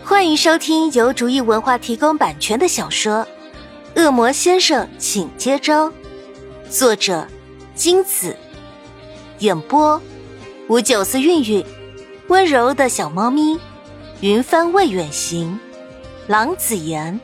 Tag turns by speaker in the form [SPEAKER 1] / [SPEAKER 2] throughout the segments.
[SPEAKER 1] 欢迎收听由竹意文化提供版权的小说《恶魔先生请接招》，作者金子，演播吴九思韵韵，温柔的小猫咪，云帆未远行，郎子言。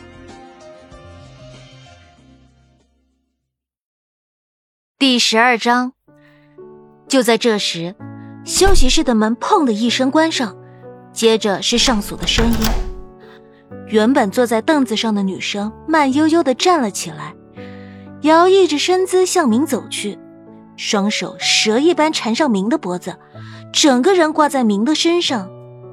[SPEAKER 1] 第12章。就在这时，休息室的门砰的一声关上，接着是上锁的声音。原本坐在凳子上的女生慢悠悠地站了起来，摇曳着身姿向明走去，双手蛇一般缠上明的脖子，整个人挂在明的身上。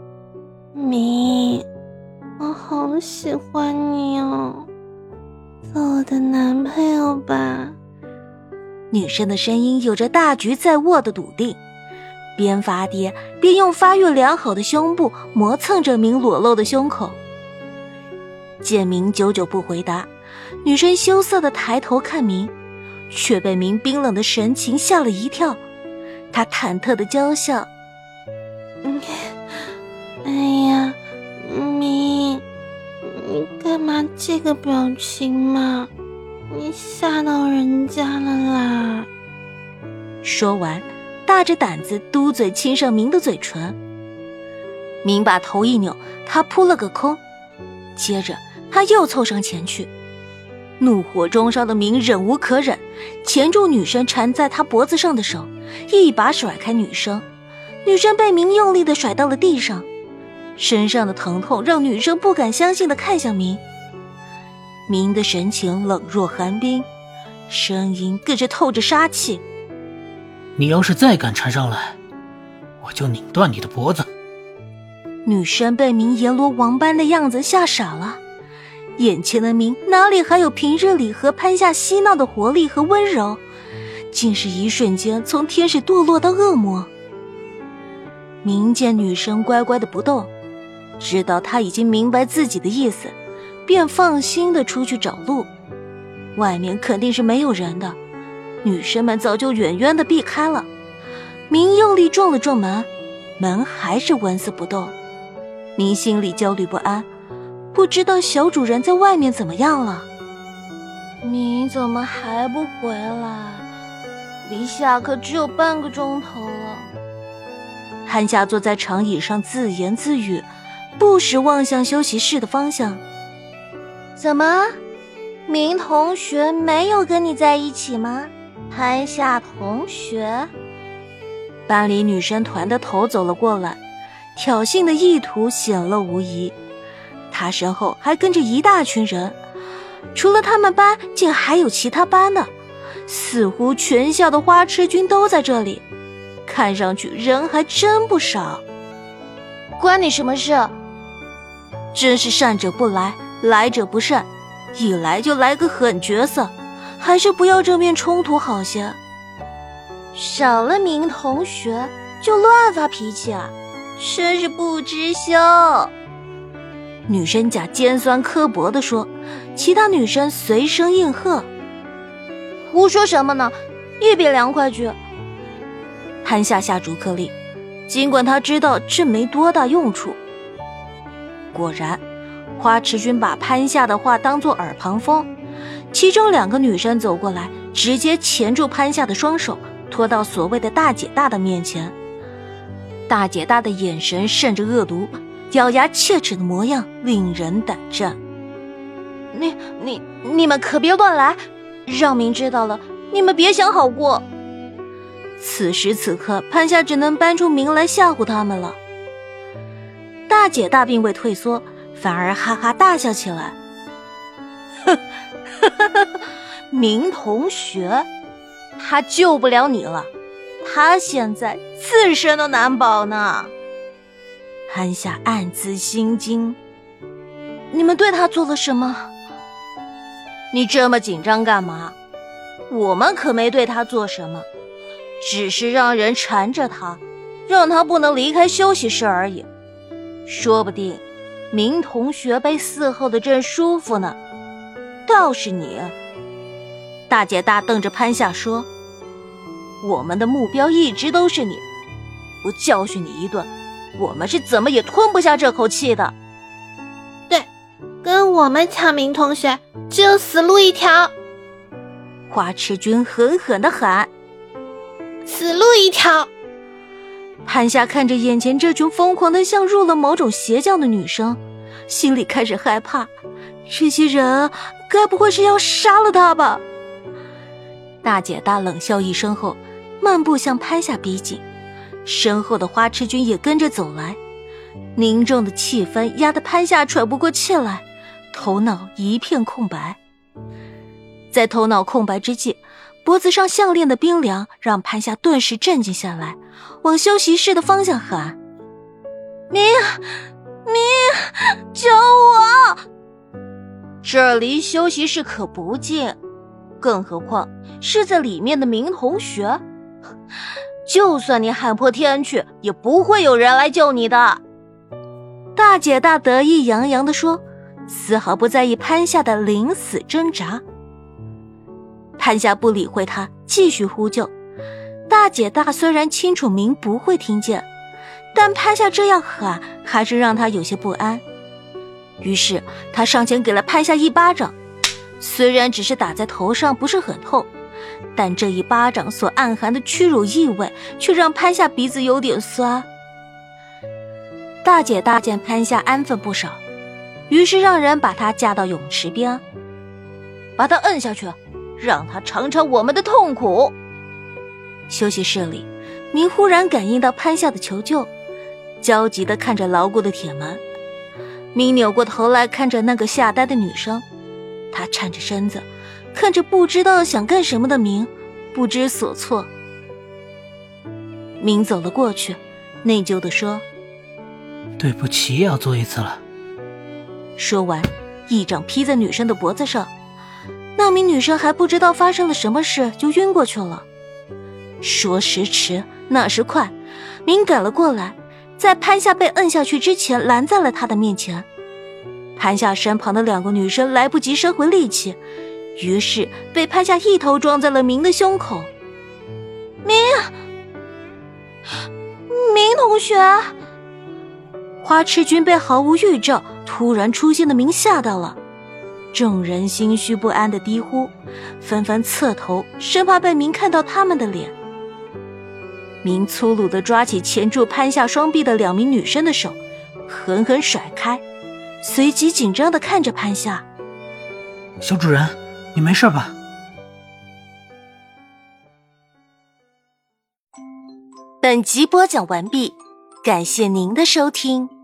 [SPEAKER 2] 明，我好喜欢你哦，做我的男朋友吧。
[SPEAKER 1] 女生的声音有着大局在握的笃定，边发嗲边用发育良好的胸部磨蹭着明裸露的胸口。见明久久不回答，女生羞涩地抬头看明，却被明冰冷的神情吓了一跳。她忐忑地娇笑：
[SPEAKER 2] 哎呀，明，你干嘛这个表情嘛？你吓到人家了啦。
[SPEAKER 1] 说完，大着胆子嘟嘴亲上明的嘴唇。明把头一扭，他扑了个空，接着他又凑上前去。怒火中烧的明忍无可忍，钳住女生缠在他脖子上的手，一把甩开女生。女生被明用力地甩到了地上，身上的疼痛让女生不敢相信地看向明。明的神情冷若寒冰，声音更是透着杀气：
[SPEAKER 3] 你要是再敢缠上来，我就拧断你的脖子。
[SPEAKER 1] 女生被明阎罗王般的样子吓傻了，眼前的明哪里还有平日里和潘夏嬉闹的活力和温柔，竟是一瞬间从天使堕落到恶魔。明见女生乖乖的不动，知道她已经明白自己的意思，便放心地出去找路。外面肯定是没有人的，女生们早就远远地避开了。明用力撞了撞门，门还是纹丝不动。明心里焦虑不安，不知道小主人在外面怎么样了。
[SPEAKER 2] 明怎么还不回来？离下课只有半个钟头了。
[SPEAKER 1] 潘夏坐在长椅上自言自语，不时望向休息室的方向。
[SPEAKER 2] 怎么，明同学没有跟你在一起吗？潘夏同学。
[SPEAKER 1] 班里女生团的头走了过来，挑衅的意图显露无遗。他身后还跟着一大群人，除了他们班竟还有其他班的，似乎全校的花痴军都在这里，看上去人还真不少。
[SPEAKER 2] 关你什么事？
[SPEAKER 1] 真是善者不来，来者不善，一来就来个狠角色，还是不要正面冲突好些。
[SPEAKER 2] 少了明同学就乱发脾气啊，真是不知羞。
[SPEAKER 1] 女生甲尖酸刻薄地说，其他女生随声应和。
[SPEAKER 2] 胡说什么呢，一边凉快去。
[SPEAKER 1] 潘夏下逐客令，尽管他知道这没多大用处。果然，花痴君把潘夏的话当作耳旁风，其中2个女生走过来，直接钳住潘夏的双手，拖到所谓的大姐大的面前。大姐大的眼神渗着恶毒，咬牙切齿的模样令人胆战。
[SPEAKER 2] 你们可别乱来，让明知道了，你们别想好过。
[SPEAKER 1] 此时此刻，潘夏只能搬出明来吓唬他们了。大姐大并未退缩，反而哈哈大笑起来。明同学，他救不了你了，他现在自身都难保呢。潘夏暗自心惊，
[SPEAKER 2] 你们对他做了什么？
[SPEAKER 1] 你这么紧张干嘛？我们可没对他做什么，只是让人缠着他，让他不能离开休息室而已。说不定明同学被伺候的正舒服呢，倒是你。大姐大瞪着潘夏说，我们的目标一直都是你，不教训你一顿，我们是怎么也吞不下这口气的。
[SPEAKER 2] 我们抢明同学，只有死路一条。
[SPEAKER 1] 花痴君狠狠地喊：
[SPEAKER 2] 死路一条！
[SPEAKER 1] 潘夏看着眼前这群疯狂的像入了某种邪教的女生，心里开始害怕，这些人该不会是要杀了她吧？大姐大冷笑一声后，漫步向潘夏逼近，身后的花痴君也跟着走来。凝重的气氛压得潘夏喘不过气来，头脑一片空白。在头脑空白之际，脖子上项链的冰凉让潘夏顿时镇静下来，往休息室的方向喊：明，救我！这离休息室可不近，更何况是在里面的明同学，就算你喊破天去，也不会有人来救你的。大姐大得意洋洋地说，丝毫不在意潘夏的临死挣扎。潘夏不理会他，继续呼救。大姐大虽然清楚明不会听见，但潘夏这样喊还是让他有些不安。于是他上前给了潘夏一巴掌，虽然只是打在头上，不是很痛，但这一巴掌所暗含的屈辱意味却让潘夏鼻子有点酸。大姐大见潘夏安分不少，于是让人把她架到泳池边，把她摁下去，让她尝尝我们的痛苦。休息室里，明忽然感应到潘夏的求救，焦急地看着牢固的铁门。明扭过头来看着那个吓呆的女生，她颤着身子看着不知道想干什么的明，不知所措。明走了过去，内疚地说：
[SPEAKER 3] 对不起，也要做一次了。
[SPEAKER 1] 说完，一掌劈在女生的脖子上，那名女生还不知道发生了什么事，就晕过去了。说时迟，那时快，明赶了过来，在潘夏被摁下去之前拦在了他的面前。潘夏身旁的两个女生来不及收回力气，于是被潘夏一头撞在了明的胸口。明同学！花痴君被毫无预兆突然出现的明吓到了，众人心虚不安的低呼，纷纷侧头，生怕被明看到他们的脸。明粗鲁地抓起钳住潘夏双臂的两名女生的手，狠狠甩开，随即紧张地看着潘夏：
[SPEAKER 3] 小主人，你没事吧？
[SPEAKER 1] 本集播讲完毕，感谢您的收听。